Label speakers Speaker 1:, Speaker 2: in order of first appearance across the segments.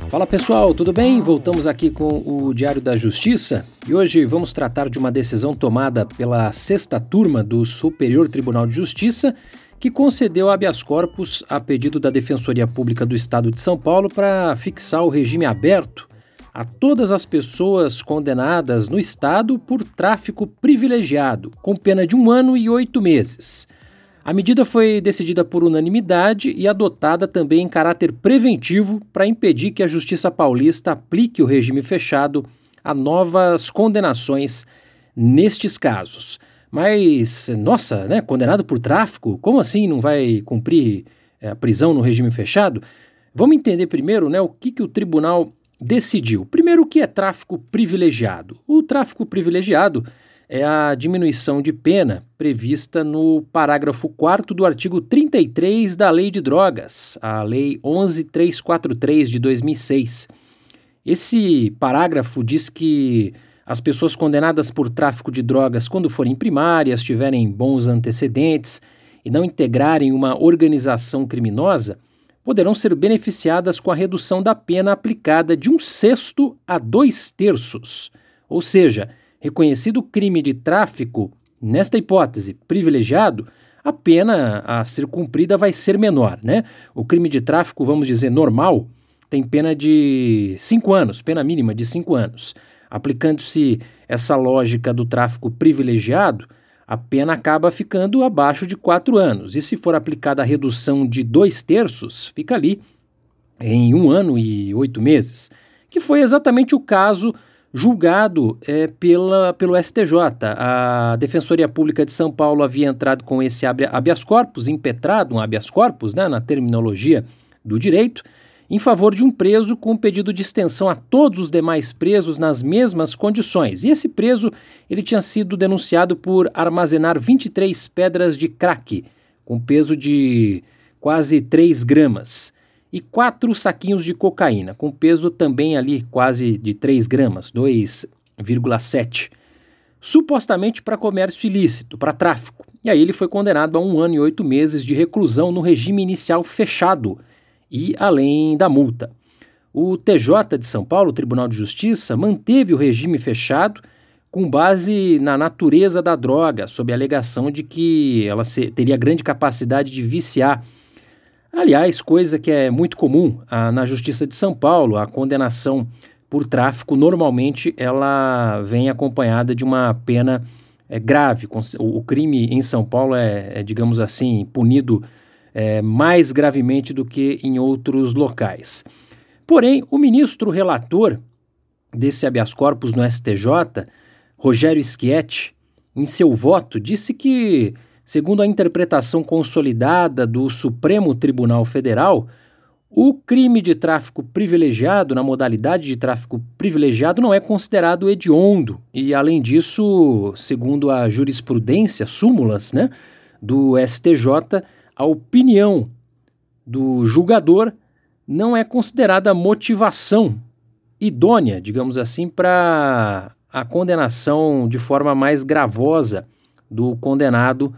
Speaker 1: Fala pessoal, tudo bem? Voltamos aqui com o Diário da Justiça e hoje vamos tratar de uma decisão tomada pela 6ª turma do Superior Tribunal de Justiça que concedeu habeas corpus a pedido da Defensoria Pública do Estado de São Paulo para fixar o regime aberto a todas as pessoas condenadas no Estado por tráfico privilegiado, com pena de 1 ano e 8 meses. A medida foi decidida por unanimidade e adotada também em caráter preventivo para impedir que a Justiça Paulista aplique o regime fechado a novas condenações nestes casos. Mas, nossa, né, condenado por tráfico? Como assim não vai cumprir a prisão no regime fechado? Vamos entender primeiro, né, o que o tribunal decidiu. Primeiro, o que é tráfico privilegiado? O tráfico privilegiado é a diminuição de pena prevista no parágrafo 4º do artigo 33 da Lei de Drogas, a Lei 11.343 de 2006. Esse parágrafo diz que as pessoas condenadas por tráfico de drogas, quando forem primárias, tiverem bons antecedentes e não integrarem uma organização criminosa, poderão ser beneficiadas com a redução da pena aplicada de 1/6 a 2/3, ou seja, reconhecido o crime de tráfico, nesta hipótese, privilegiado, a pena a ser cumprida vai ser menor, né? O crime de tráfico, vamos dizer, normal, tem pena de 5 anos, pena mínima de 5 anos. Aplicando-se essa lógica do tráfico privilegiado, a pena acaba ficando abaixo de 4 anos. E se for aplicada a redução de 2/3, fica ali em 1 ano e 8 meses, que foi exatamente o caso julgado pelo STJ. A Defensoria Pública de São Paulo havia entrado com esse habeas corpus, impetrado um habeas corpus, né, na terminologia do direito, em favor de um preso com pedido de extensão a todos os demais presos nas mesmas condições. E esse preso ele tinha sido denunciado por armazenar 23 pedras de crack, com peso de quase 3 gramas. E 4 saquinhos de cocaína, com peso também ali quase de 3 gramas, 2,7, supostamente para comércio ilícito, para tráfico. E aí ele foi condenado a 1 ano e 8 meses de reclusão no regime inicial fechado e além da multa. O TJ de São Paulo, o Tribunal de Justiça, manteve o regime fechado com base na natureza da droga, sob a alegação de que ela teria grande capacidade de viciar. Aliás, coisa que é muito comum na Justiça de São Paulo, a condenação por tráfico, normalmente ela vem acompanhada de uma pena grave. O crime em São Paulo digamos assim, punido mais gravemente do que em outros locais. Porém, o ministro relator desse habeas corpus no STJ, Rogério Schietti, em seu voto, disse que, segundo a interpretação consolidada do Supremo Tribunal Federal, o crime de tráfico privilegiado, na modalidade de tráfico privilegiado, não é considerado hediondo. E, além disso, segundo a jurisprudência, súmulas, né, do STJ, a opinião do julgador não é considerada motivação idônea, digamos assim, para a condenação de forma mais gravosa do condenado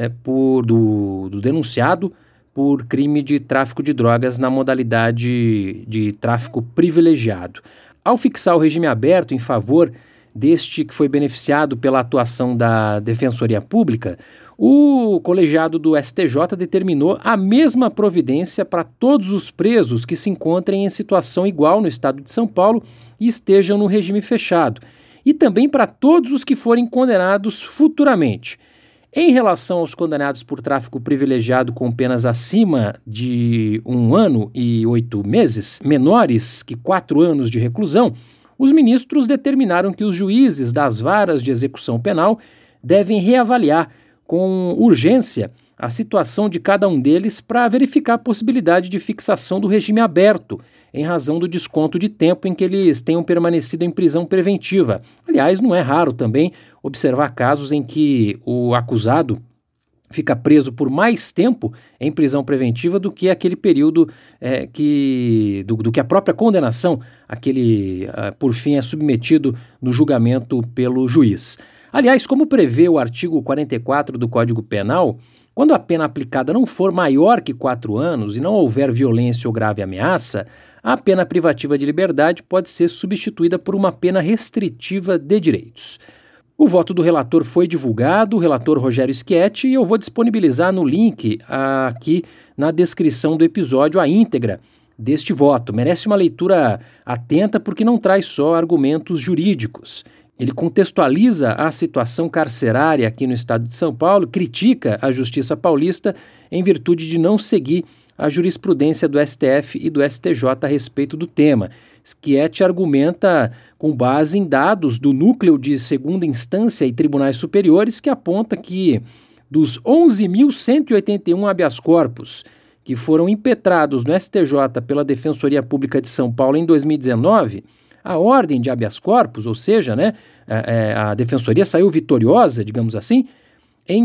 Speaker 1: do denunciado por crime de tráfico de drogas na modalidade de tráfico privilegiado. Ao fixar o regime aberto em favor deste que foi beneficiado pela atuação da Defensoria Pública, o colegiado do STJ determinou a mesma providência para todos os presos que se encontrem em situação igual no estado de São Paulo e estejam no regime fechado, e também para todos os que forem condenados futuramente. Em relação aos condenados por tráfico privilegiado com penas acima de 1 ano e 8 meses, menores que 4 anos de reclusão, os ministros determinaram que os juízes das varas de execução penal devem reavaliar com urgência a situação de cada um deles para verificar a possibilidade de fixação do regime aberto, em razão do desconto de tempo em que eles tenham permanecido em prisão preventiva. Aliás, não é raro também observar casos em que o acusado fica preso por mais tempo em prisão preventiva do que aquele período do que a própria condenação, por fim, é submetido no julgamento pelo juiz. Aliás, como prevê o artigo 44 do Código Penal, Quando a pena aplicada não for maior que 4 anos e não houver violência ou grave ameaça, a pena privativa de liberdade pode ser substituída por uma pena restritiva de direitos. O voto do relator foi divulgado, o relator Rogério Schietti, e eu vou disponibilizar no link aqui na descrição do episódio a íntegra deste voto. Merece uma leitura atenta porque não traz só argumentos jurídicos. Ele contextualiza a situação carcerária aqui no estado de São Paulo, critica a Justiça Paulista em virtude de não seguir a jurisprudência do STF e do STJ a respeito do tema. Schietti argumenta com base em dados do Núcleo de Segunda Instância e Tribunais Superiores, que aponta que dos 11.181 habeas corpus que foram impetrados no STJ pela Defensoria Pública de São Paulo em 2019, a ordem de habeas corpus, ou seja, a Defensoria saiu vitoriosa, digamos assim, em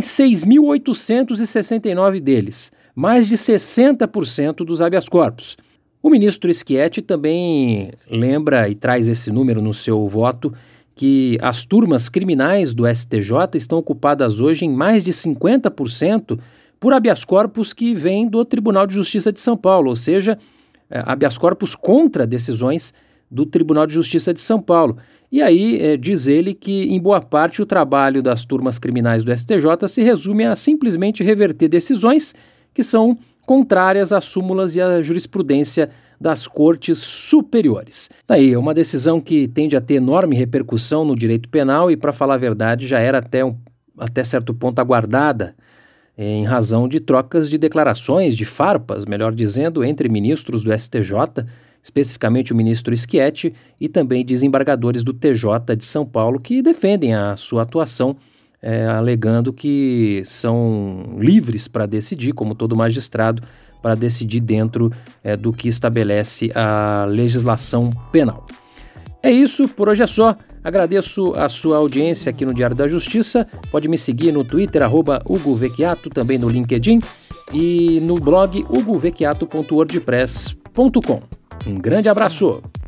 Speaker 1: 6.869 deles, mais de 60% dos habeas corpus. O ministro Schietti também lembra e traz esse número no seu voto que as turmas criminais do STJ estão ocupadas hoje em mais de 50% por habeas corpus que vêm do Tribunal de Justiça de São Paulo, ou seja, habeas corpus contra decisões do Tribunal de Justiça de São Paulo. E aí diz ele que, em boa parte, o trabalho das turmas criminais do STJ se resume a simplesmente reverter decisões que são contrárias às súmulas e à jurisprudência das cortes superiores. Daí, é uma decisão que tende a ter enorme repercussão no direito penal e, para falar a verdade, já era até certo ponto aguardada, em razão de trocas de declarações, de farpas, melhor dizendo, entre ministros do STJ, especificamente o ministro Schietti, e também desembargadores do TJ de São Paulo, que defendem a sua atuação, alegando que são livres para decidir, como todo magistrado, para decidir dentro do que estabelece a legislação penal. É isso, por hoje é só. Agradeço a sua audiência aqui no Diário da Justiça. Pode me seguir no Twitter, @HugoVecchiato, também no LinkedIn e no blog hugovecchiato.wordpress.com. Um grande abraço!